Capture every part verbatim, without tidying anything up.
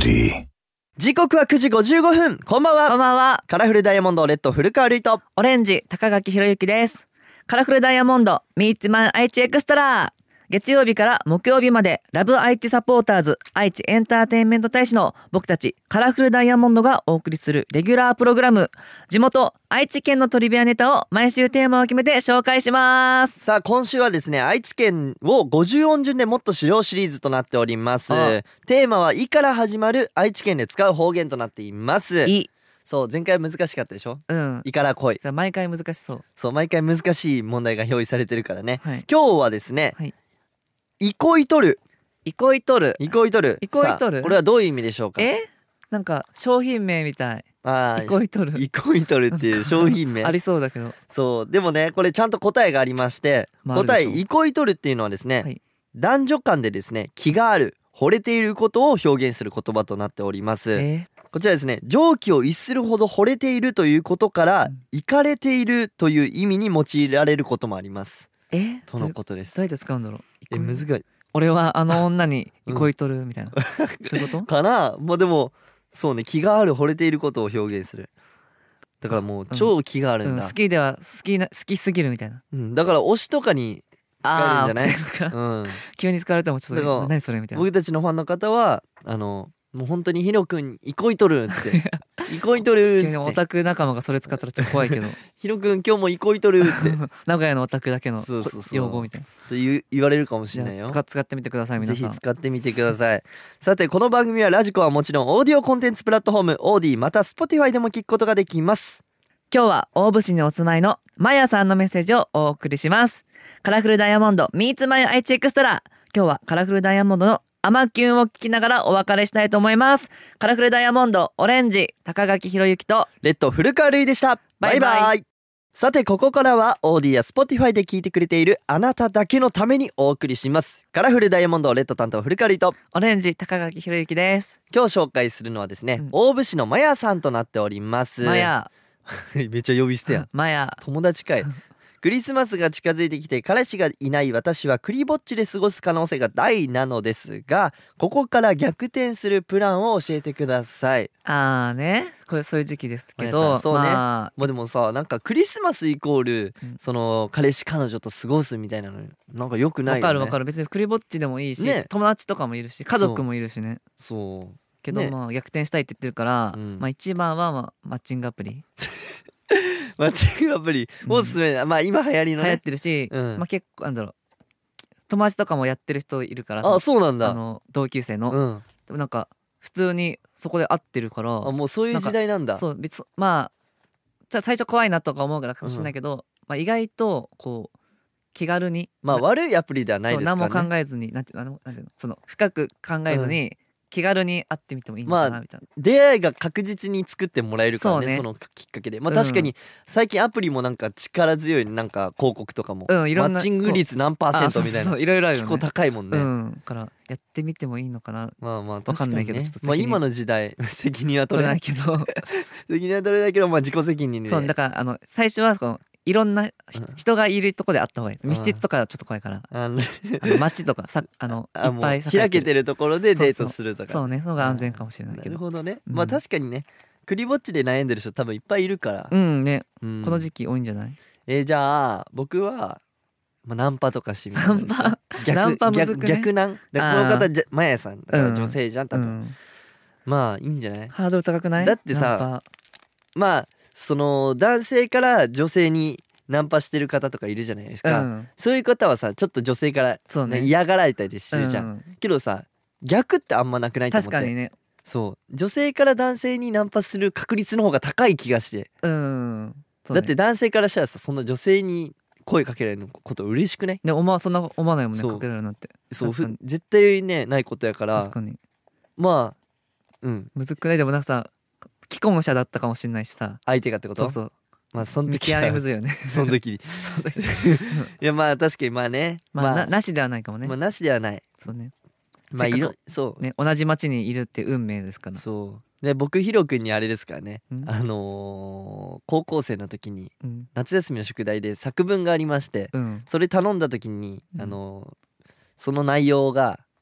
City。 時刻はくじごじゅうごふん。こんばんは。 こんばんは。 カラフルダイヤモンドレッド古川瑠衣とオレンジ高垣ひろゆきです。カラフルダイヤモンド Meets My 愛知エクストラ。月曜日から木曜日までラブ愛知サポーターズ愛知エンターテインメント大使の僕たちカラフルダイヤモンドがお送りするレギュラープログラム、地元愛知県のトリビアネタを毎週テーマを決めて紹介します。 さあ今週はですね、愛知県をごじゅう音順でもっと知ろうシリーズとなっております。 あテーマは「い」から始まる愛知県で使う方言となっています。 いそう、前回難しかったでしょ。 うんいから来い。 さ毎回難しそう。 そう、毎回難しい問題が用意されてるからね、 はい今日はですね、 はいいこいとる。 いこいとる。 いこいとる。 いこいとるさあこれはどういう意味でしょうか。 えなんか商品名みたい。 あーいこいとるいこいとるっていう商品名ありそうだけど。 そうでもね、これちゃんと答えがありまして、 まああるでしょう答えいこいとるっていうのはですね、 はい男女間でですね気がある、惚れていることを表現する言葉となっております。 えこちらですね、蒸気を逸するほど惚れているということからうんイかれているという意味に用いられることもありますえとのことです。 どうやって使うんだろう。 え難しい俺はあの女に恋とるみたいな、そういうことかな。まあでもそうね、気がある、惚れていることを表現する。だからもう超気があるんだ、 うん、好きでは好きな好きすぎるみたいな。 うん、だから推しとかに使えるんじゃないあー使えるのかうん、 急に使われてもちょっだからと何それみたいな。 僕たちのファンの方はあのもう本当にヒロ君いこいとるっていこいとるっ急にオつってタク仲間がそれ使ったらちょっと怖いけどヒロ君今日もいこいとるって名古屋のオタクだけのそうそうそう用語みたいな。 と言う言われるかもしじゃれないよ。 あ使使ってみてください皆ぜさん。 ひ使ってみてください。さてこの番組はラジコはもちろんオーディオコンテンツプラットフォームオーディまた Spotify でも聞くことができます。 今日は大府市にお住まいのマヤさんのメッセージをお送りします。カラフルダイヤモンド Meets My 愛知エクストラ。今日はカラフルダイヤモンドのアマキュンを聞きながらお別れしたいと思います。カラフルダイヤモンドオレンジ高垣ひろゆきとレッド古川瑠衣でした。バイバイ。 バイバイさてここからはオーディや Spotify で聞いてくれているあなただけのためにお送りします。カラフルダイヤモンドレッド担当古川瑠衣とオレンジ高垣ひろゆきです。 今日紹介するのはですね、 うん大府市のマヤさんとなっております。 マヤめっちゃ呼び捨てやんマヤ友達かい。クリスマスが近づいてきて彼氏がいない私はクリぼっちで過ごす可能性が大なのですが、ここから逆転するプランを教えてください。 あーねこれそういう時期ですけマヤどさんそうね、 まもうでもさ、なんかクリスマスイコール、 うんその彼氏彼女と過ごすみたいなのなんか良くあ、 ないよね。 わかるわかる。別にクリぼっちでもいいし、 ね友達とかもいるし家族もいるしね。 そうけど、 ねまあ逆転したいって言ってるから、 うんまあ一番は、まあ、マッチングアプリマッチングアプリおすすめだ、まあ今流行りのね。 流行ってるし、 うんまあ結構なんだろう友達とかもやってる人いるからさあ、そうなんだ。 あの同級生の、 うんでもなんか普通にそこで会ってるからあ、もうそういう時代なんだ。 そう別まあじゃあ最初怖いなとか思うかもしれないけど、まあ、意外とこう気軽にまあ悪いアプリではないですからね。 そう何も考えずになんていうのなんていうのその深く考えずに気軽に会ってみてもいいのかなみたいな、 出会いが確実に作ってもらえるからね、 そ, そうねのきっかけで。まあうん確かに最近アプリもなんか力強いなんか広告とかも、 うんいろんなマッチング率何パーセントみたいなあそうそうそういろいろあるよ結構ね。 高いもんね、 うんからやってみてもいいのかな。 まあまあわかんないけど確かにねちょっと責任まあ今の時代責任は取れないい取れなけど責任は取れないけどまあ自己責任で、 そうだからあの最初はこのいろんなひうん人がいるとこで会った方がいい。 うん密室とかはちょっと怖いからあのあの街とかさあのいあもうっぱい開けてるるところでデーそうそうトするとか。 そうねその方が安全かもしれないなけどるほどね、 うんまあ確かにねクリぼっちで悩んでる人多分いっぱいいるから、 うんねうんこの時期多いんじゃない。 えーじゃあ僕は、まあ、ナンパとかしてみたらですねナンパ逆ナンパむず逆くね逆難でこあーの方じゃマヤさんだからうん女性じゃん多分、 うんまあいいんじゃない。 ハードル高くない。 だってさナンパまあその男性から女性にナンパしてる方とかいるじゃないですか、 うんそういう方はさちょっと女性から、 そうねね、嫌がられたりしてるじゃん、 うんけどさ逆ってあんまなくないと思って。 確かにねそう女性から男性にナンパする確率の方が高い気がして、 うんそうねだって男性からしたらさそんな女性に声かけられること嬉しくない。 で思わそんな思わないもんねそうかけられるなんて。 そう確かにふ絶対ねないことやから確かにまあうんむずくない。でもなんかさ既婚者だったかもしれないしさ。 相手がってこと。 そうそうまあその見極時はめむずいよねその時にその時いやまあ確かにまあねまあななしではないかもね。 まあなしではない。 そうねまあいせっかくろそうね同じ町にいるって運命ですから。 そうで僕ヒロ君にあれですからね、 うんあのー高校生の時にうん夏休みの宿題で作文がありまして、 うんそれ頼んだ時に、 うんあのーその内容が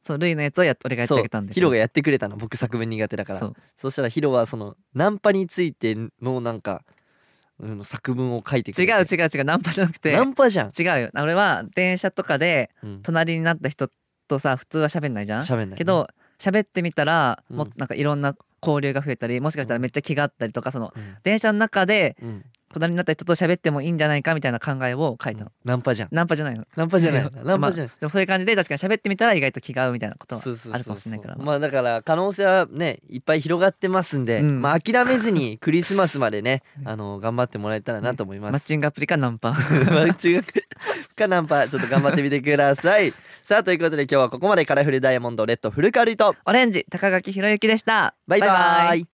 そうルイのやつをやっ俺がやってあげたんでヒロがやってくれたの、僕作文苦手だから。 そそうそしたらヒロはそのナンパについてのなんか、うん、作文を書いてくれて。 違う違う違うナンパじゃなくてナンパじゃん。 違うよ俺は電車とかでうん隣になった人とさ普通は喋んないじゃん喋んないねけど喋ってみたらうんもっとなんかいろんな交流が増えたりもしかしたらめっちゃ気があったりとかそのうん電車の中でうん隣になった人と喋ってもいいんじゃないかみたいな考えを書いたの、 ナンパじゃん。 ナンパじゃないのナンパじゃない。ナンパじゃない。 まあでもそういう感じで確かに喋ってみたら意外と気が合うみたいなことはそうそうそうそうあるかもしれないからまあだから可能性はねいっぱい広がってますんで、 うんまあ諦めずにクリスマスまでねあの頑張ってもらえたらなと思います。 マッチングアプリかナンパマッチングかナンパちょっと頑張ってみてください。さあということで今日はここまでカラフルダイヤモンドレッド古川瑠衣とオレンジ高垣ひろゆきでした。 バイバイ。